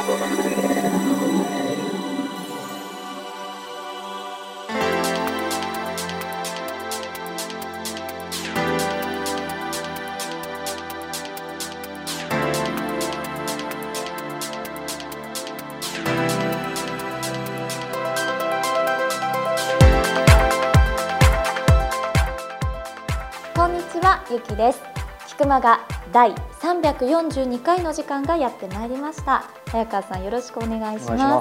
こんにちは、ゆきです。菊間が第342回の時間がやってまいりました。早川さん、よろしくお願いします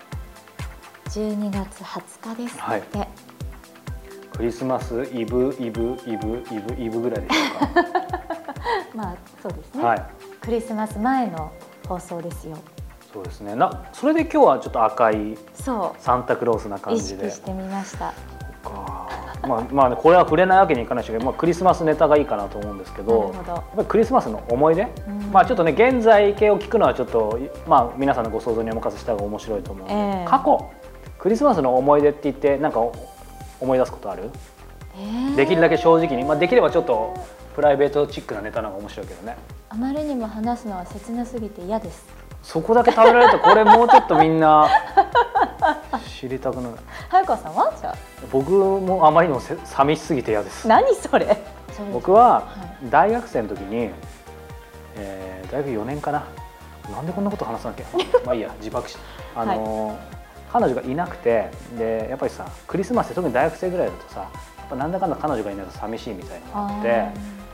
。12月20日ですって、はい、 クリスマスイブぐらいでしょうか。 まあそうですね、 はい、 クリスマス前の放送ですよ。 そうですね。それで今日はちょっと赤いサンタクロースな感じで意識してみました。 まあこれは触れないわけにいかないし、クリスマスネタがいいかなと思うんですけど、やっぱりクリスマスの思い出、ちょっとね現在系を聞くのはちょっと皆さんのご想像にお任せした方が面白いと思うので、過去クリスマスの思い出って言ってなんか思い出すことある？できるだけ正直に、できればちょっとプライベートチックなネタの方が面白いけどね。 あまりにも話すのは切なすぎて嫌です。 そこだけ食べられるとこれもうちょっとみんな知りたくなる。 早川さんは？じゃあ僕もあまりにも寂しすぎて嫌です。 何それ？ 僕は大学生の時に、大学4年かな。なんでこんなこと話さなきゃまあいいや、自爆して彼女がいなくて、でやっぱりさクリスマスって特に大学生ぐらいだとさ、やっぱなんだかんだ彼女がいないと寂しいみたいなのがあって、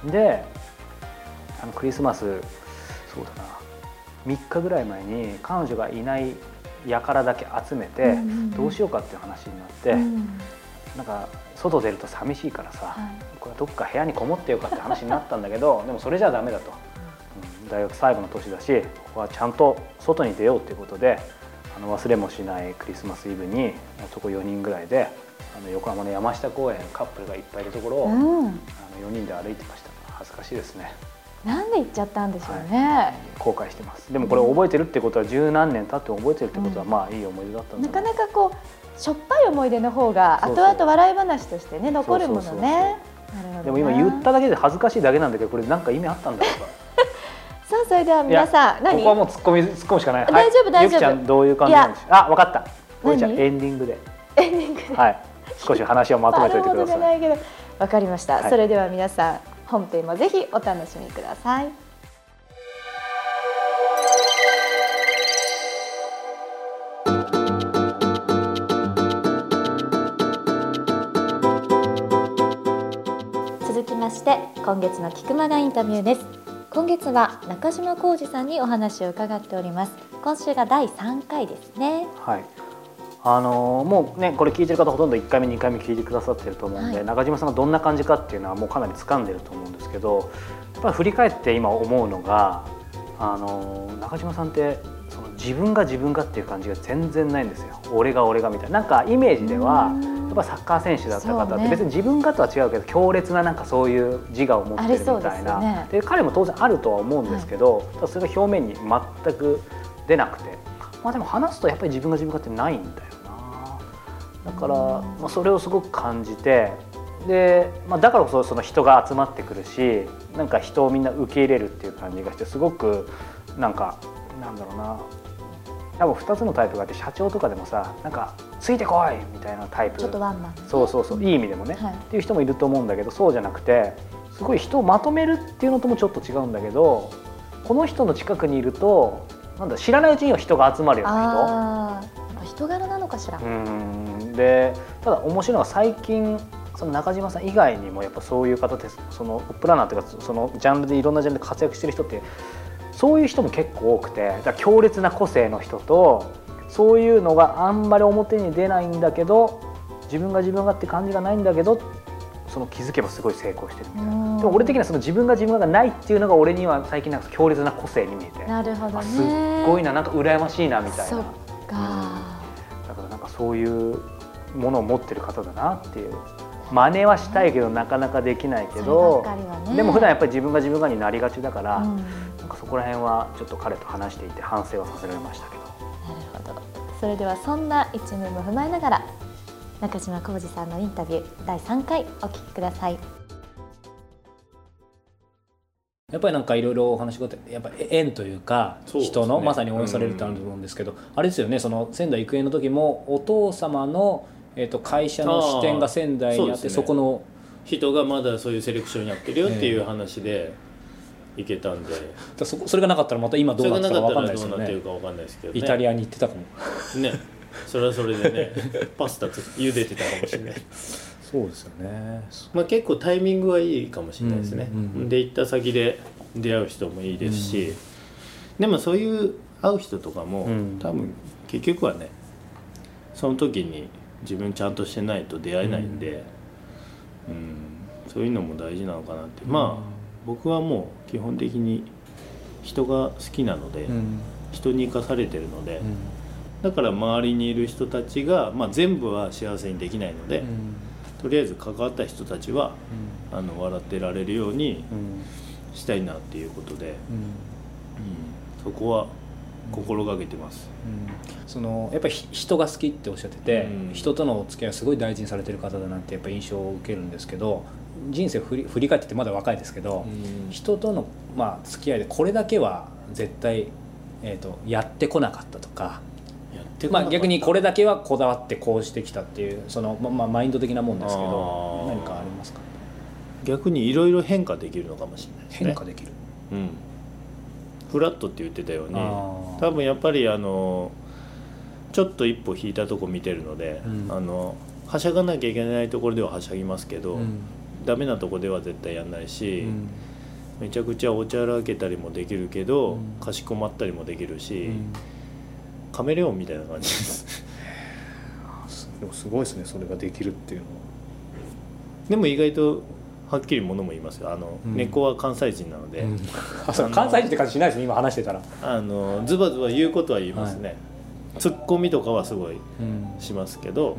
でクリスマスそうだな3日ぐらい前に彼女がいない輩だけ集めてどうしようかっていう話になって、なんか外出ると寂しいからさ、これはどっか部屋にこもってようかって話になったんだけど、でもそれじゃダメだと、大学最後の年だしここはちゃんと外に出ようっていうことで、忘れもしないクリスマスイブに男4人ぐらいで横浜の山下公園、カップルがいっぱいいるところを4人で歩いてました。恥ずかしいですね。 なんで行っちゃったんでしょうね。 後悔してます。でもこれ覚えてるってことは十何年経って覚えてるってことはいい思い出だったんだな。 なかなかこうしょっぱい思い出の方が後々笑い話としてね残るものね。 でも今言っただけで恥ずかしいだけなんだけど、これなんか意味あったんだろうか。 さあそれでは皆さん、 ここはもう突っ込むしかない。 大丈夫大丈夫。 ゆきちゃんどういう感じなんでしょう。あ、分かった。ゆきちゃんエンディングで。はい。少し話をまとめておいてください。 わかりました。それでは皆さん本編もぜひお楽しみください。続きまして今月の菊間がインタビューです。今月は中島浩二さんにお話を伺っております。今週が第3回ですね。 はい。もうねこれ聞いてる方ほとんど1回目2回目聞いてくださってると思うんで、中島さんがどんな感じかっていうのはもうかなり掴んでると思うんですけど、やっぱり振り返って今思うのが中島さんってその自分がっていう感じが全然ないんですよ。俺がみたいな、なんかイメージではやっぱサッカー選手だった方って別に自分がとは違うけど強烈ななんかそういう自我を持ってるみたいな、で彼も当然あるとは思うんですけど、それが表面に全く出なくて、でも話すとやっぱり自分がってないんだよな。だから、それをすごく感じて、で、だからこそその人が集まってくるし、なんか人をみんな受け入れるっていう感じがして、すごくなんかなんだろうな、多分2つのタイプがあって、社長とかでもさ、なんかついてこいみたいなタイプ、 ちょっとワンマン、 そういい意味でもね、っていう人もいると思うんだけど、そうじゃなくてすごい人をまとめるっていうのともちょっと違うんだけど、この人の近くにいるとなんだ、知らないうちには人が集まるような人。 人柄なのかしら。 でただ面白いのは最近その中島さん以外にもやっぱそういう方って、そのプランナーというかそのジャンルでいろんなジャンルで活躍してる人ってそういう人も結構多くて、だから強烈な個性の人とそういうのがあんまり表に出ないんだけど、自分がって感じがないんだけど、その気づけばすごい成功してるみたいな。でも俺的にはその自分がないっていうのが俺には最近なんか強烈な個性に見えて、 なるほどね、 すっごいな、なんか羨ましいなみたいな。 そっか、 だからなんかそういうものを持ってる方だなっていう。真似はしたいけどなかなかできないけど、でも普段やっぱり自分がになりがちだから、なんかそこら辺はちょっと彼と話していて反省はさせられましたけど。 なるほど。それではそんな一面も踏まえながら中島浩二さんのインタビュー第3回お聞きください。 やっぱりなんかいろいろお話があってやっぱ縁というか人のまさに応援されるってあると思うんですけど、あれですよね、その仙台育英の時もお父様の会社の支店が仙台にあって、 そこの人がまだそういうセレクションやってるよっていう話で行けたんで、 それがなかったらまた今どうなってたか分かんないですよね。イタリアに行ってたかもね。それはそれでねパスタ茹でてたかもしれないそうですよね。 まあ結構タイミングはいいかもしれないですね、で行った先で出会う人もいいですし、でもそういう会う人とかも、多分結局はねその時に自分ちゃんとしてないと出会えないんで、そういうのも大事なのかなって、まあ僕はもう基本的に人が好きなので、人に生かされてるので、だから周りにいる人たちが、まあ、全部は幸せにできないので、とりあえず関わった人たちは、笑ってられるようにしたいなっていうことで、そこは心がけてます、 そのやっぱり人が好きっておっしゃってて、人とのお付き合いをすごい大事にされてる方だなってやっぱ印象を受けるんですけど、人生振り返っててまだ若いですけど、人とのまあ付き合いでこれだけは絶対、やってこなかったとか、まあ逆にこれだけはこだわってこうしてきたっていうその、マインド的なもんですけど、何かありますか？ 逆にいろいろ変化できるのかもしれないですね。 変化できる、 フラットって言ってたように、多分やっぱりちょっと一歩引いたとこ見てるので、はしゃがなきゃいけないところでははしゃぎますけど、ダメなとこでは絶対やんないし、めちゃくちゃおちゃらけたりもできるけど、かしこまったりもできるし、カメレオンみたいな感じですでもすごいですね、それができるっていうのは。 でも意外とはっきりものも言いますよ。猫は関西人なので、 関西人って感じしないですね、今話してたら。 ズバズバ言うことは言いますね、ツッコミとかはすごいしますけど、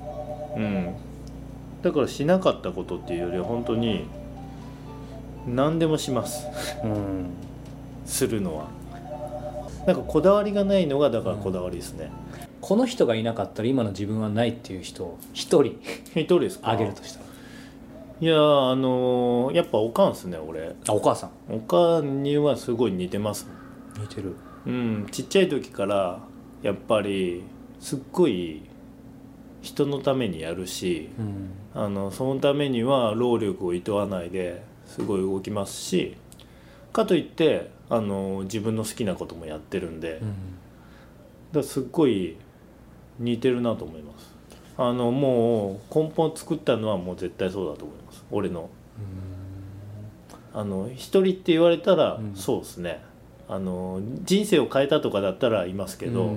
だからしなかったことっていうよりは本当に何でもします、するのはなんかこだわりがないのがだからこだわりですね、 この人がいなかったら今の自分はないっていう人を一人ですか？ あげるとしたら。 いややっぱおかんっすね、俺。 お母さん。 おかんにはすごい似てます。 似てる。 ちっちゃい時からやっぱりすっごい人のためにやるし、そのためには労力をいとわないですごい動きますし、かといって自分の好きなこともやってるんで、だからすっごい似てるなと思います。もう根本作ったのはもう絶対そうだと思います、俺の。一人って言われたらそうですね、人生を変えたとかだったらいますけど、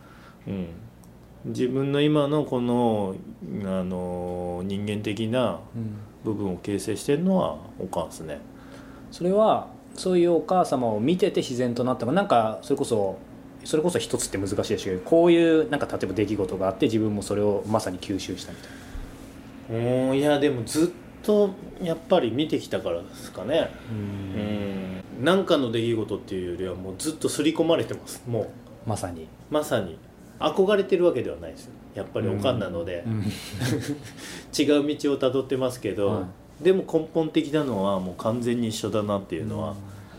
自分の今のこの、人間的な部分を形成してるのはおかんですね。 それはそういうお母様を見てて自然となったか、なんかそれこそ一つって難しいですけど、こういうなんか例えば出来事があって自分もそれをまさに吸収したみたいな。 いやでもずっとやっぱり見てきたからですかね。なんかの出来事っていうよりはもうずっと刷り込まれてます。もうまさに憧れてるわけではないですよ、やっぱりおかんなので、違う道をたどってますけど、でも根本的なのはもう完全に一緒だなっていうのは、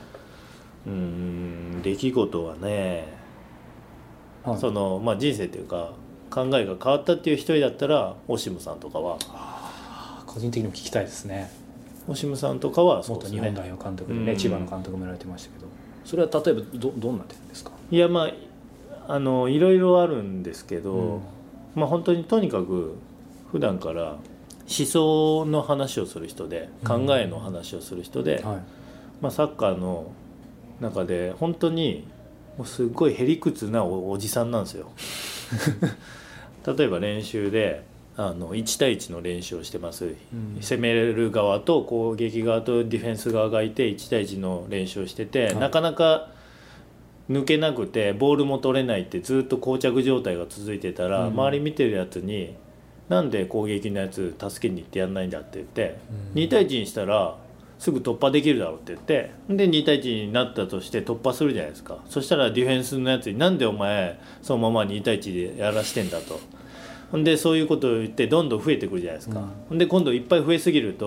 出来事はね、その人生というか考えが変わったっていう一人だったらオシムさんとかは、 個人的にも聞きたいですね。 オシムさんとかはそうですね、 元日本代表監督でね、千葉の監督もやられてましたけど、それは例えばどんな点ですか？ いやいろいろあるんですけど、本当にとにかく普段から思想の話をする人で、考えの話をする人で、サッカーの中で本当にもうすごいへりくつな おじさんなんですよ例えば練習で1対1の練習をしてます、攻める側と攻撃側とディフェンス側がいて1対1の練習をしてて、なかなか抜けなくてボールも取れないってずっと膠着状態が続いてたら、周り見てるやつになんで攻撃のやつ助けに行ってやんないんだって言って、2対1にしたらすぐ突破できるだろうって言って、で2対1になったとして突破するじゃないですか。そしたらディフェンスのやつになんでお前そのまま2対1でやらしてんだと。でそういうことを言ってどんどん増えてくるじゃないですか。で今度いっぱい増えすぎると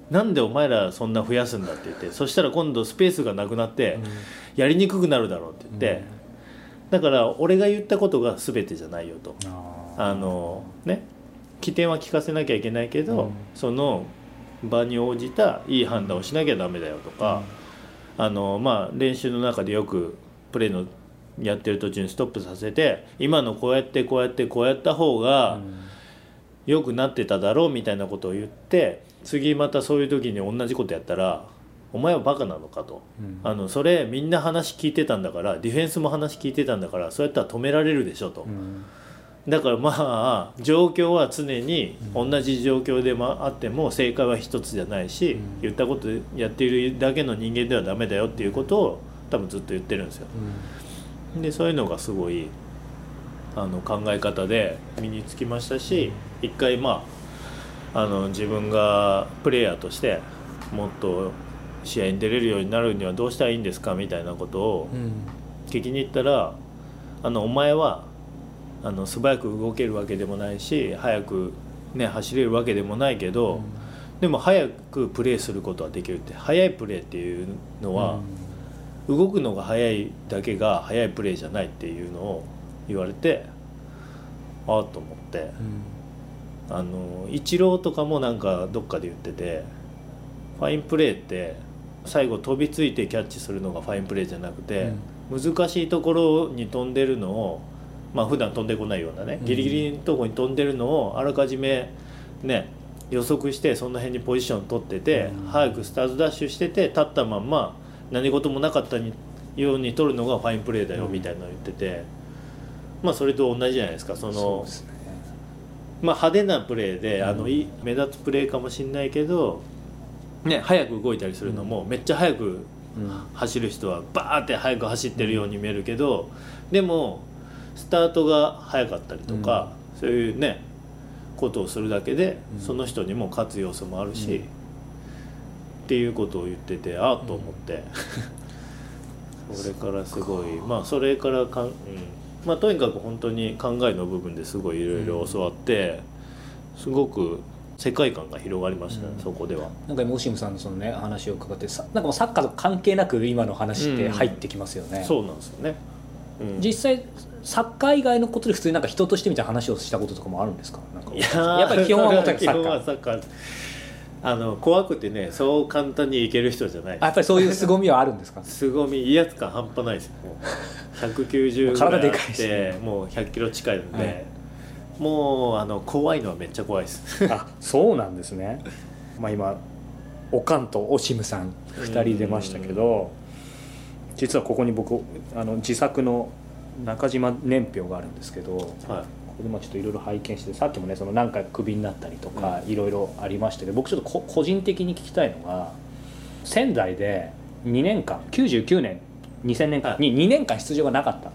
なんでお前らそんな増やすんだって言って、そしたら今度スペースがなくなってやりにくくなるだろうって言って、だから俺が言ったことが全てじゃないよと、ね、起点は聞かせなきゃいけないけど、その場に応じたいい判断をしなきゃダメだよとか、練習の中でよくプレーのやってる途中にストップさせて、今のこうやってこうやってこうやった方が良くなってただろうみたいなことを言って、次またそういう時に同じことやったらお前はバカなのかと、それみんな話聞いてたんだから、ディフェンスも話聞いてたんだから、そうやったら止められるでしょと、だからまあ状況は常に同じ状況であっても正解は一つじゃないし、言ったことやっているだけの人間ではダメだよっていうことを多分ずっと言ってるんですよ。でそういうのがすごい考え方で身につきましたし、一回自分がプレイヤーとしてもっと試合に出れるようになるにはどうしたらいいんですかみたいなことを聞きに行ったら、お前は素早く動けるわけでもないし、速く、走れるわけでもないけど、でも速くプレーすることはできるって。速いプレーっていうのは、動くのが速いだけが速いプレーじゃないっていうのを言われて、ああと思って、イチローとかもなんかどっかで言ってて、ファインプレーって最後飛びついてキャッチするのがファインプレーじゃなくて、難しいところに飛んでるのを、普段飛んでこないようなね、ギリギリのところに飛んでるのをあらかじめ予測して、その辺にポジション取ってて、早くスタートダッシュしてて、立ったまんま何事もなかったように取るのがファインプレーだよみたいなのを言ってて、それと同じじゃないですか。そうですね、派手なプレーで目立つプレーかもしれないけど、早く動いたりするのも、めっちゃ速く走る人はバーって速く走ってるように見えるけど、でもスタートが速かったりとか、そういうことをするだけで、その人にも勝つ要素もあるし、っていうことを言ってて、ああと思って、それからすごいそれからとにかく本当に考えの部分ですごいいろいろ教わって、すごく世界観が広がりましたね、そこでは。 なんかオシムさんのその話を伺って、なんかもうサッカーと関係なく今の話って入ってきますよね。 そうなんですよね。 実際サッカー以外のことで普通になんか人としてみたいな話をしたこととかもあるんですか？やっぱり基本はもうサッカー。 怖くてね、そう簡単にいける人じゃない。 やっぱりそういう凄みはあるんですか？ 凄み、威圧感半端ないですよ。190ぐらいあって、体でかいし、もう100キロ近いので、もう怖いのはめっちゃ怖いです。 そうなんですね。今おかんとオシムさん2人出ましたけど、実はここに僕自作の中島年表があるんですけど、これでちょっといろいろ拝見して、さっきもね、その何回かクビになったりとかいろいろありましたけど、僕ちょっと個人的に聞きたいのが、仙台で2年間99年2000年間に2年間出場がなかった、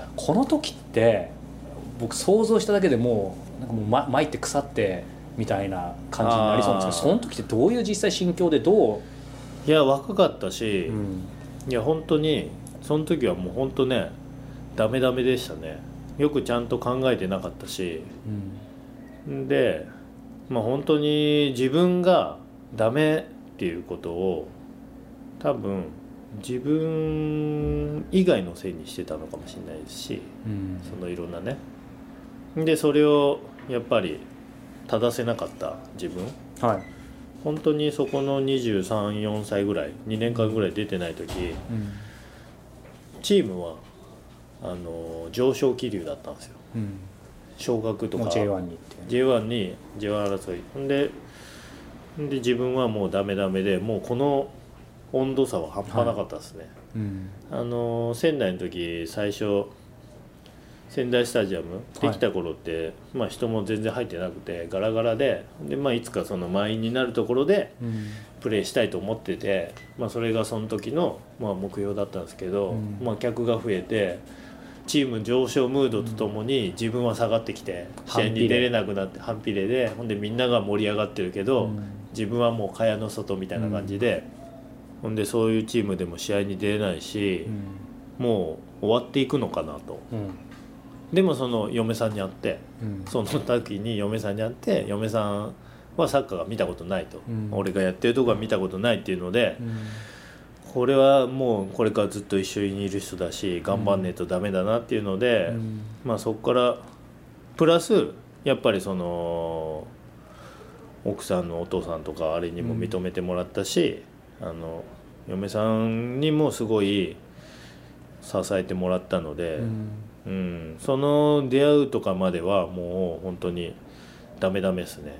この時って僕想像しただけでもうなんかもう参って腐ってみたいな感じになりそうなんですけど、その時ってどういう実際心境でいや若かったし、いや本当にその時はもう本当ね、ダメダメでしたね。よくちゃんと考えてなかったし、で本当に自分がダメっていうことを多分自分以外のせいにしてたのかもしれないですし、そのいろんなね、でそれをやっぱり正せなかった自分、本当にそこの23、4歳ぐらい、2年間ぐらい出てない時、チームは上昇気流だったんですよ、昇格とか J1 に J1 争いで自分はもうダメダメで、もうこの温度差は半端なかったですね、仙台の時最初仙台スタジアムできた頃って、人も全然入ってなくてガラガラで、いつかその満員になるところでプレーしたいと思ってて、それがその時の目標だったんですけど、客が増えてチーム上昇ムードとともに自分は下がってきて、試合に出れなくなって、反比例で、ほんでみんなが盛り上がってるけど、自分はもう蚊帳の外みたいな感じで、ほんでそういうチームでも試合に出れないし、もう終わっていくのかなと。でもその嫁さんに会って、その時に嫁さんに会って、嫁さんはサッカーが見たことないと、俺がやってるとこは見たことないっていうので、これはもうこれからずっと一緒にいる人だし頑張んねえとダメだなっていうので、まあそこからプラスやっぱりその奥さんのお父さんとかあれにも認めてもらったし、嫁さんにもすごい支えてもらったので、その出会うとかまではもう本当にダメですね、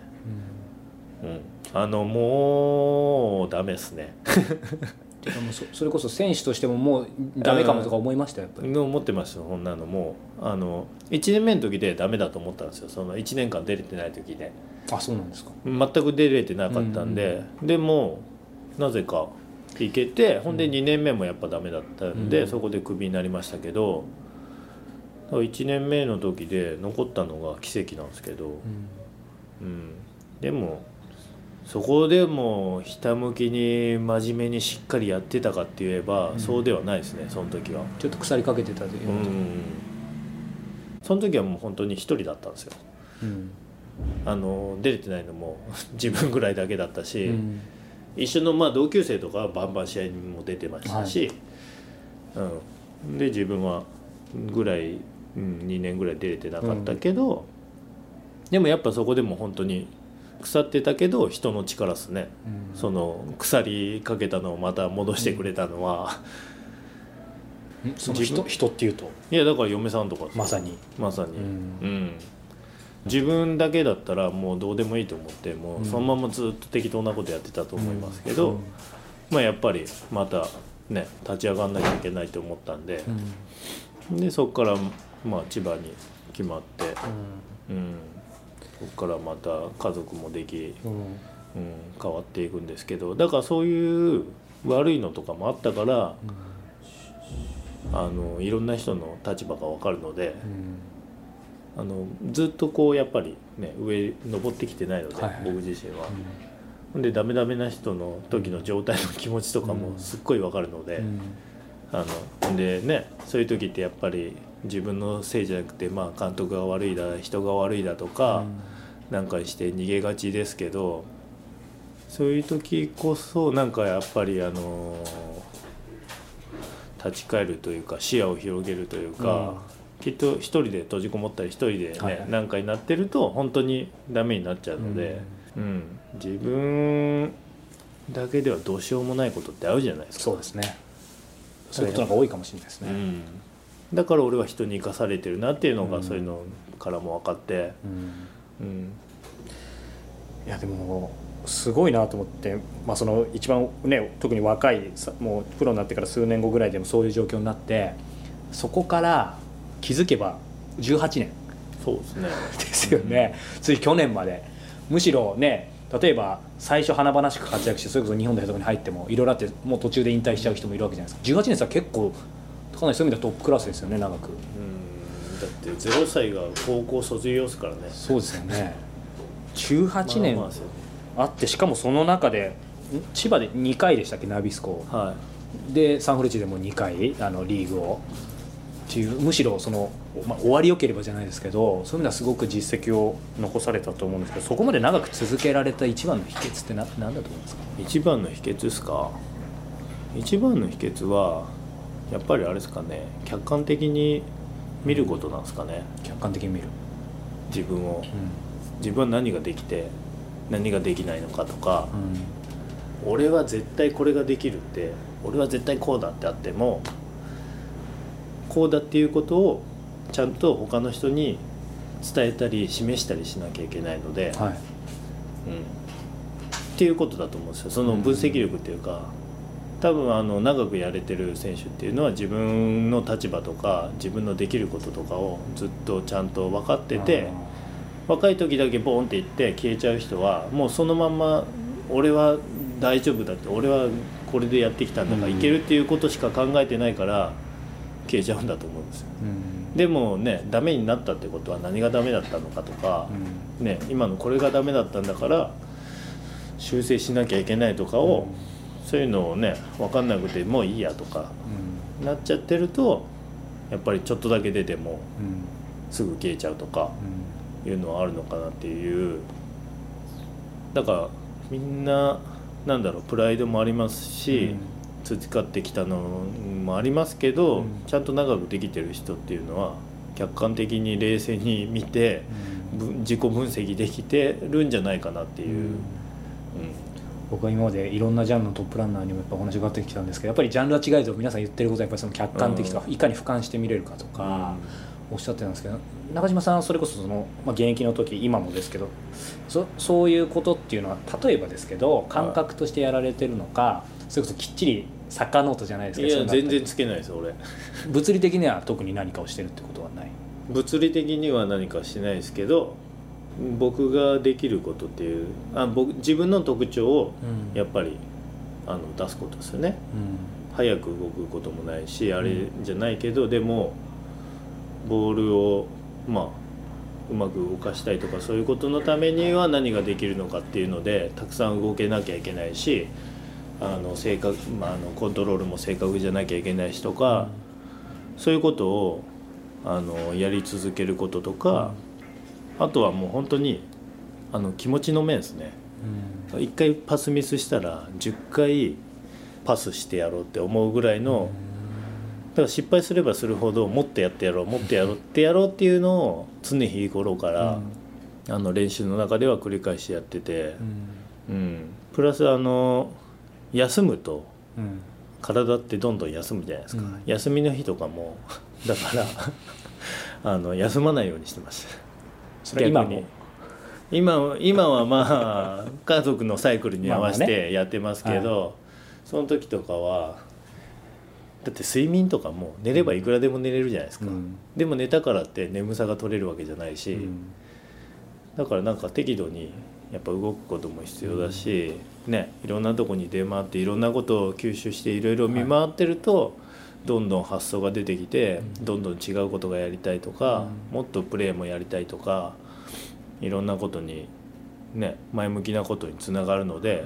もうダメですねてかもうそれこそ選手としてももうダメかもとか思いましたやっぱり。 思ってましたよ。こんなのもう1年目の時でダメだと思ったんですよ。その1年間出れてない時で。 あ、そうなんですか。 全く出れてなかったんで、でもなぜか行けて、ほんで2年目もやっぱダメだったんで、そこでクビになりましたけど、1年目の時で残ったのが奇跡なんですけど、でもそこでもひたむきに真面目にしっかりやってたかって言えば、そうではないですね。その時はちょっと腐りかけてたという、 その時はもう本当に一人だったんですよ、出れてないのも自分ぐらいだけだったし、一緒の同級生とかはバンバン試合にも出てましたし、で自分はぐらい、2年ぐらい出れてなかったけど、でもやっぱそこでも本当に腐ってたけど人の力っすね、その腐りかけたのをまた戻してくれたのは、 その人っていうと、 いやだから嫁さんとかまさに、 自分だけだったらもうどうでもいいと思ってもうそのままずっと適当なことやってたと思いますけど、やっぱりまたね立ち上がんなきゃいけないと思ったんで、でそこから千葉に決まって、そこからまた家族もでき、変わっていくんですけど、だからそういう悪いのとかもあったから、いろんな人の立場が分かるので、ずっとこうやっぱりね上登ってきてないので、僕自身は。でダメな人の時の状態の気持ちとかもすっごい分かるので、でねそういう時ってやっぱり自分のせいじゃなくて、監督が悪いだ人が悪いだとか、なんかして逃げがちですけど、そういう時こそなんかやっぱり立ち返るというか視野を広げるというか、きっと一人で閉じこもったり一人でね、なんかになってると本当にダメになっちゃうので、自分だけではどうしようもないことってあるじゃないですか。 そうですね。そういうことが多いかもしれないですね。 だから俺は人に生かされてるなっていうのが、そういうのからも分かって、 いやでもすごいなと思って、その一番ね特に若いもうプロになってから数年後ぐらいでもそういう状況になって、そこから気づけば18年そうですねですよね、つい去年まで。むしろね、例えば最初華々しく活躍してそれこそ日本代表とかに入ってもいろいろあってもう途中で引退しちゃう人もいるわけじゃないですか。18年って結構かなりそういう意味ではトップクラスですよね、長く。 だって0歳が高校卒業ですからね。 そうですよね。18年あって、しかもその中で千葉で2回でしたっけ、ナビスコ、でサンフレッチェでも2回リーグをっていう、むしろその、終わりよければじゃないですけど、そういう意味ではすごく実績を残されたと思うんですけど、そこまで長く続けられた一番の秘訣って何だと思いますか？ 一番の秘訣ですか。一番の秘訣はやっぱりあれですかね、客観的に見ることなんですかね。 客観的に見る自分を、自分は何ができて何ができないのかとか、俺は絶対これができるって、俺は絶対こうだってあっても、こうだっていうことをちゃんと他の人に伝えたり示したりしなきゃいけないので、っていうことだと思うんですよ。その分析力っていうか、多分長くやれてる選手っていうのは自分の立場とか自分のできることとかをずっとちゃんと分かってて、若い時だけボンっていって消えちゃう人はもうそのまんま俺は大丈夫だって、俺はこれでやってきたんだからいけるっていうことしか考えてないから消えちゃうんだと思うんですよ。でもね、ダメになったってことは何がダメだったのかとか、今のこれがダメだったんだから修正しなきゃいけないとかを、そういうのをね分かんなくてもういいやとか、なっちゃってると、やっぱりちょっとだけ出てもすぐ消えちゃうとかいうのはあるのかなっていうだからみんななんだろうプライドもありますし、培ってきたのもありますけど、ちゃんと長くできてる人っていうのは客観的に冷静に見て、自己分析できてるんじゃないかなっていう。 僕は今までいろんなジャンルのトップランナーにもやっぱお話があってきたんですけど、やっぱりジャンルは違えど皆さん言ってることはやっぱりその客観的とか、いかに俯瞰して見れるかとかおっしゃってたんですけど、中島さんはそれこそ現役の時今もですけど、そういうことっていうのは例えばですけど感覚としてやられてるのか、それこそきっちりサッカーノートじゃないですか。 いや全然つけないです俺。 物理的には特に何かをしてるってことはない？ 物理的には何かしてないですけど、僕ができることっていう自分の特徴をやっぱり出すことですよね。早く動くこともないしあれじゃないけど、でもボールをうまく動かしたいとかそういうことのためには何ができるのかっていうのでたくさん動けなきゃいけないし、正確コントロールも正確じゃなきゃいけないしとか、そういうことをやり続けることとか、あとはもう本当に気持ちの面ですね。1回パスミスしたら10回パスしてやろうって思うぐらいの、だから失敗すればするほどもっとやってやろうもっとやろうっていうのを常日頃から練習の中では繰り返しやってて、プラス休むと体ってどんどん休むじゃないですか。休みの日とかもだから休まないようにしてます。 それ今も今は家族のサイクルに合わせてやってますけど、その時とかはだって睡眠とかも寝ればいくらでも寝れるじゃないですか。でも寝たからって眠さが取れるわけじゃないし、だからなんか適度にやっぱ動くことも必要だし、いろんなとこに出回っていろんなことを吸収していろいろ見回ってるとどんどん発想が出てきて、どんどん違うことがやりたいとか、もっとプレーもやりたいとか、いろんなことに前向きなことにつながるので、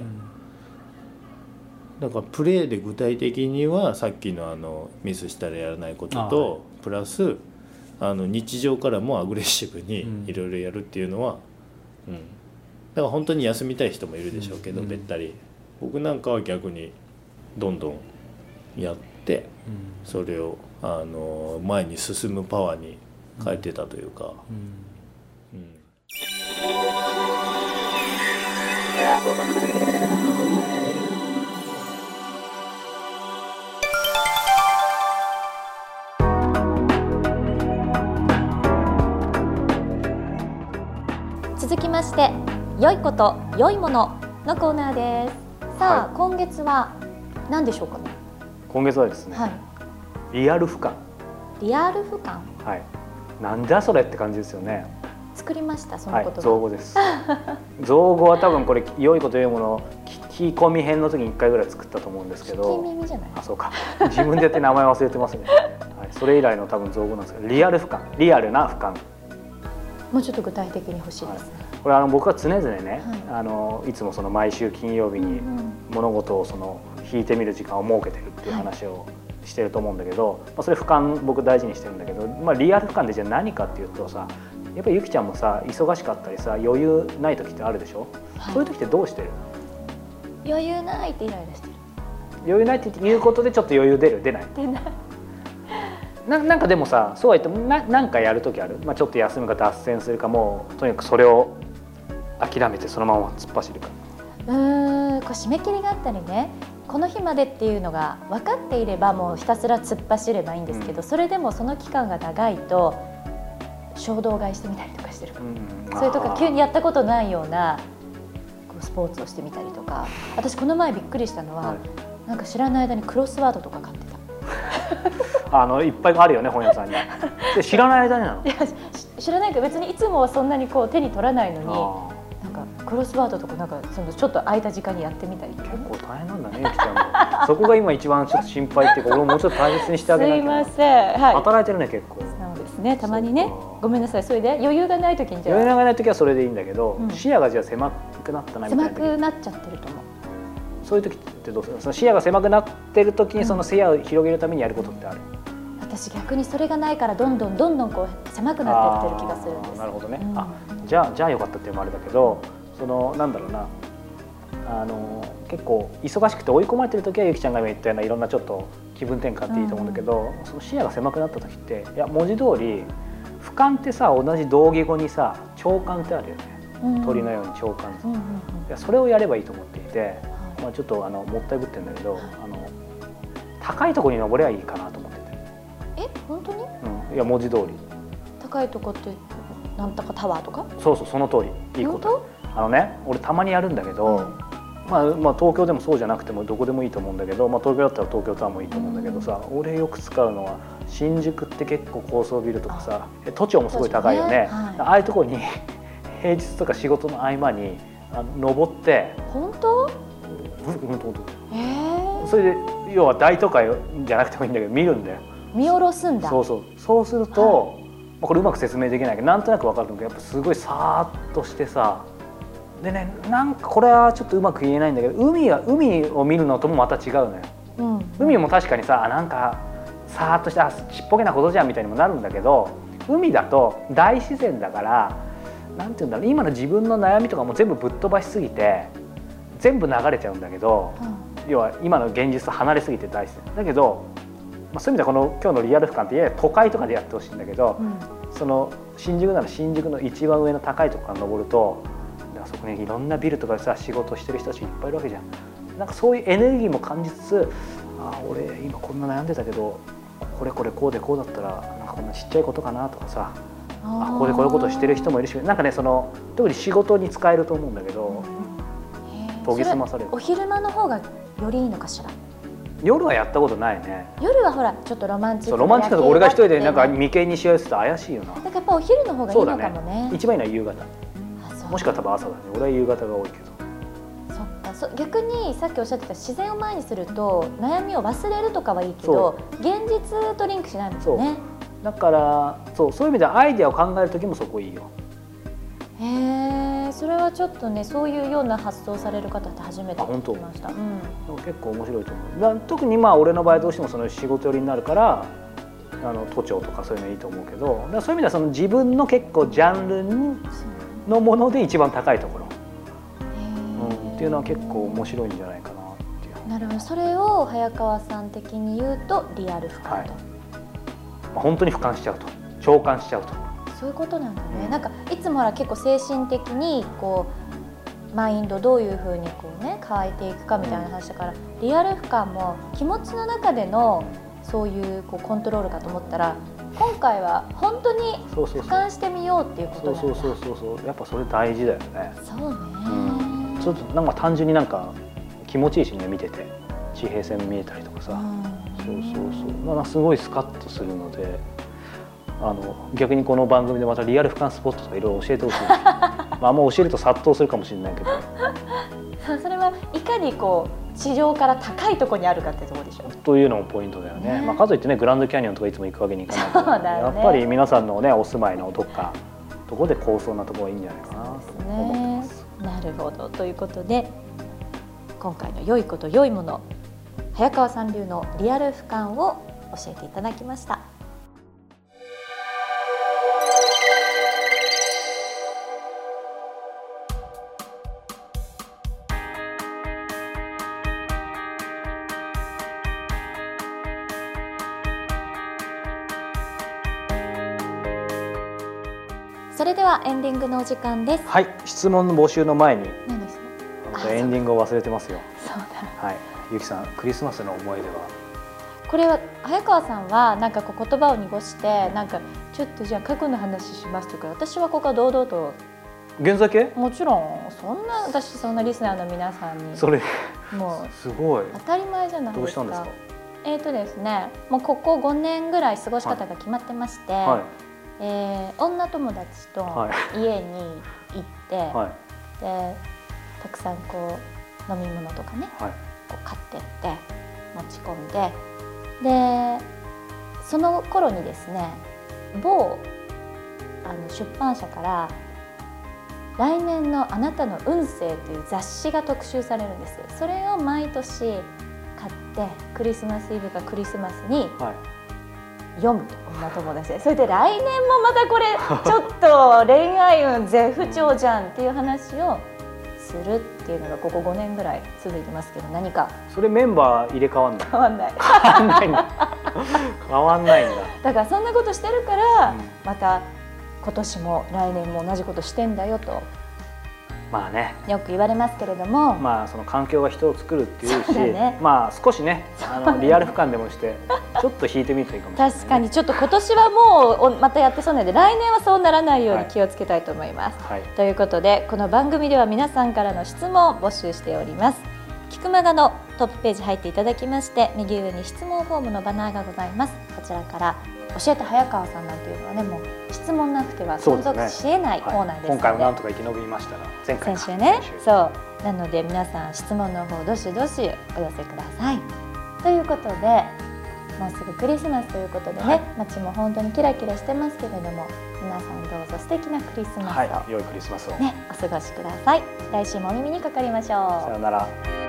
だからプレーで具体的にはさっきのミスしたらやらないこととプラス日常からもアグレッシブにいろいろやるっていうのは、だから本当に休みたい人もいるでしょうけど、べったり僕なんかは逆にどんどんやって、それを前に進むパワーに変えてたというか。 続きまして良いこと良いもののコーナーです。さあ、今月は何でしょうかね。 今月はですね、リアル俯瞰。 リアル俯瞰、 なんじゃそれって感じですよね。 作りましたその言葉。 造語です。造語は多分これ良いこと良いもの聞き込み編の時に1回ぐらい作ったと思うんですけど、 聞き耳じゃない。 そうか、自分でやって名前忘れてますね。それ以来の多分造語なんですけど、リアル俯瞰、リアルな俯瞰。 もうちょっと具体的に欲しいですね。 これ僕は常々ね、いつもその毎週金曜日に物事を引いてみる時間を設けてるっていう話をしてると思うんだけど、それ俯瞰僕大事にしてるんだけど、リアル俯瞰でじゃあ何かっていうとさ、やっぱりゆきちゃんもさ忙しかったりさ余裕ない時ってあるでしょ。そういう時ってどうしてる？ 余裕ないってイライラしてる。 余裕ないっていうことでちょっと余裕出る出ない？ 出ない。 なんかでもさ、そうは言ってもなんかやる時ある。ちょっと休むか脱線するか、もうとにかくそれを諦めてそのまま突っ走るか。 こう締め切りがあったりね、この日までっていうのが分かっていればもうひたすら突っ走ればいいんですけど、それでもその期間が長いと衝動買いしてみたりとかしてる。それとか急にやったことないようなスポーツをしてみたりとか。私この前びっくりしたのは、なんか知らない間にクロスワードとか買ってた。 いっぱいあるよね本屋さんに。で知らない間になの？ いや知らないけど別にいつもはそんなにこう手に取らないのに、なんかクロスワードとかなんかちょっと空いた時間にやってみたり。 結構大変なんだねゆきちゃんも。そこが今一番ちょっと心配っていうか、俺ももうちょっと大切にしてあげなきゃ。 すいません。 働いてるね結構。 そうですね、たまにね。ごめんなさい。それで余裕がない時に余裕がない時はそれでいいんだけど、視野がじゃあ狭くなったなみたいな時。 狭くなっちゃってると思う。 そういう時ってどうする？その視野が狭くなってる時にその視野を広げるためにやることってある？ 私逆にそれがないからどんどんこう狭くなっていってる気がするんです。 なるほどね。じゃあよかったっていうのもあれだけど、 なんだろうな、結構忙しくて追い込まれてる時はゆきちゃんが今言ったようないろんなちょっと気分転換っていいと思うんだけど、その視野が狭くなった時っていや文字通り俯瞰ってさ同じ同義語にさ鳥瞰ってあるよね、鳥のように鳥瞰、いやそれをやればいいと思っていて、まあ、ちょっともったいぶってるんだけど高いところに登ればいいかなと思ってて。 本当に？ いや文字通り高いとこってなんとかタワーとか？ そうその通り、いいこと。俺たまにやるんだけど、まあ東京でもそうじゃなくてもどこでもいいと思うんだけど、まあ、東京だったら東京タワーもいいと思うんだけどさ、俺よく使うのは新宿って結構高層ビルとかさ都庁もすごい高いよね、ああいうところに平日とか仕事の合間に登って。 本当？ 本当。それで要は大都会じゃなくてもいいんだけど見るんだよ。 見下ろすんだ。 そうすると、これうまく説明できないけどなんとなく分かるんだけど、やっぱすごいさーっとしてさ、でね、なんかこれはちょっとうまく言えないんだけど、海を見るのともまた違うのよ、海も確かにさなんかさーっとしてちっぽけなことじゃんみたいにもなるんだけど、海だと大自然だからなんていうんだろう、今の自分の悩みとかも全部ぶっ飛ばしすぎて全部流れちゃうんだけど、要は今の現実と離れすぎて大自然だけど、そういう意味では今日のリアル俯瞰ってやや都会とかでやってほしいんだけど、その新宿なら新宿の一番上の高いところから登ると、そこにいろんなビルとかでさ仕事してる人たちいっぱいいるわけじゃん。なんかそういうエネルギーも感じつつ、俺今こんな悩んでたけどこれこうでこうだったらなんかこんなちっちゃいことかなとかさ、ここでこういうことしてる人もいるし、なんかね特に仕事に使えると思うんだけど、研ぎ澄まされる。 お昼間の方がよりいいのかしら？ 夜はやったことないね。 夜はほらちょっとロマンチックなロマンチックな俺が一人でなんか眉間にしわ寄せて怪しいよな。 だからやっぱお昼の方がいいのかもね。 一番いいのは夕方。もしくは多分朝だね。俺は夕方が多いけど。そっか、逆にさっきおっしゃってた自然を前にすると悩みを忘れるとかはいいけど、現実とリンクしないもんね。 だからそういう意味ではアイデアを考える時もそこいいよ。 へえ、それはちょっとね、そういうような発想される方って初めて聞きました。 結構面白いと思う。特に俺の場合どうしてもその仕事寄りになるから都庁とかそういうのいいと思うけど、そういう意味ではその自分の結構ジャンルのもので一番高いところ、っていうのは結構面白いんじゃないかなっていう。 なるほど。それを早川さん的に言うとリアル俯瞰と、 本当に俯瞰しちゃうと、共感しちゃうと、 そういうことなんだね。なんかいつもは結構精神的にマインドどういうふうに変えていくかみたいな話だから、リアル俯瞰も気持ちの中でのそういうコントロールかと思ったら、今回は本当に俯瞰してみようっていうことなんだ。 そうやっぱそれ大事だよね。 そうね、 ちょっとなんか単純になんか気持ちいいしね、見てて地平線見えたりとかさ、なんかすごいスカッとするので、逆にこの番組でまたリアル俯瞰スポットとかいろいろ教えてほしい。あんま教えると殺到するかもしれないけどそれはいかに地上から高いところにあるかってところでしょ。 というのもポイントだよね。かといってねグランドキャニオンとかいつも行くわけにいかないから、やっぱり皆さんのねお住まいのどっかところで高層なところがいいんじゃないかなと思ってます。 なるほど。ということで今回の良いこと良いもの、早川さん流のリアル俯瞰を教えていただきました。それではエンディングのお時間です。 はい、質問の募集の前に何ですか？ エンディングを忘れてますよ。 そうだ。 はい、ゆきさん、クリスマスの思い出は？ これは早川さんはなんか言葉を濁してなんかちょっとじゃあ過去の話しますとか、私はここは堂々と。 現在形？ もちろん私そんなリスナーの皆さんにそれもうすごい当たり前じゃないですか。 どうしたんですか？ ですね、もうここ5年ぐらい過ごし方が決まってまして。女友達と家に行って、でたくさん飲み物とかね、買ってって持ち込んで、でその頃にですね、某出版社から来年のあなたの運勢という雑誌が特集されるんです。それを毎年買ってクリスマスイブかクリスマスに、読むと、女友達で。それで来年もまたこれちょっと恋愛運絶不調じゃんっていう話をするっていうのがここ5年ぐらい続いてますけど、何かそれメンバー入れ替わんない？ 変わんない変わんないんだ。変わんないんだ。 だからそんなことしてるから、また今年も来年も同じことしてんだよとまあね、 よく言われますけれども、 まあその環境が人を作るっていうし、 ね、 まあ少しねリアル俯瞰でもしてちょっと引いてみるといいかもしれない、ね、 確かにちょっと今年はもうまたやってそうなので、来年はそうならないように気をつけたいと思います、 はい、 ということでこの番組では皆さんからの質問を募集しております。キクマガのトップページ入っていただきまして、右上に質問フォームのバナーがございます。こちらから教えて早川さんなんていうのはね、もう質問なくては存続しえないコーナーですので、 今回はなんとか生き延びましたが、前回先週ね、そうなので皆さん質問の方どしどしお寄せください。ということで、もうすぐクリスマスということでね、はい、街も本当にキラキラしてますけれども、皆さんどうぞ素敵なクリスマスを、 はい、良いクリスマスをね、お過ごしください。来週もお耳にかかりましょう。 さようなら。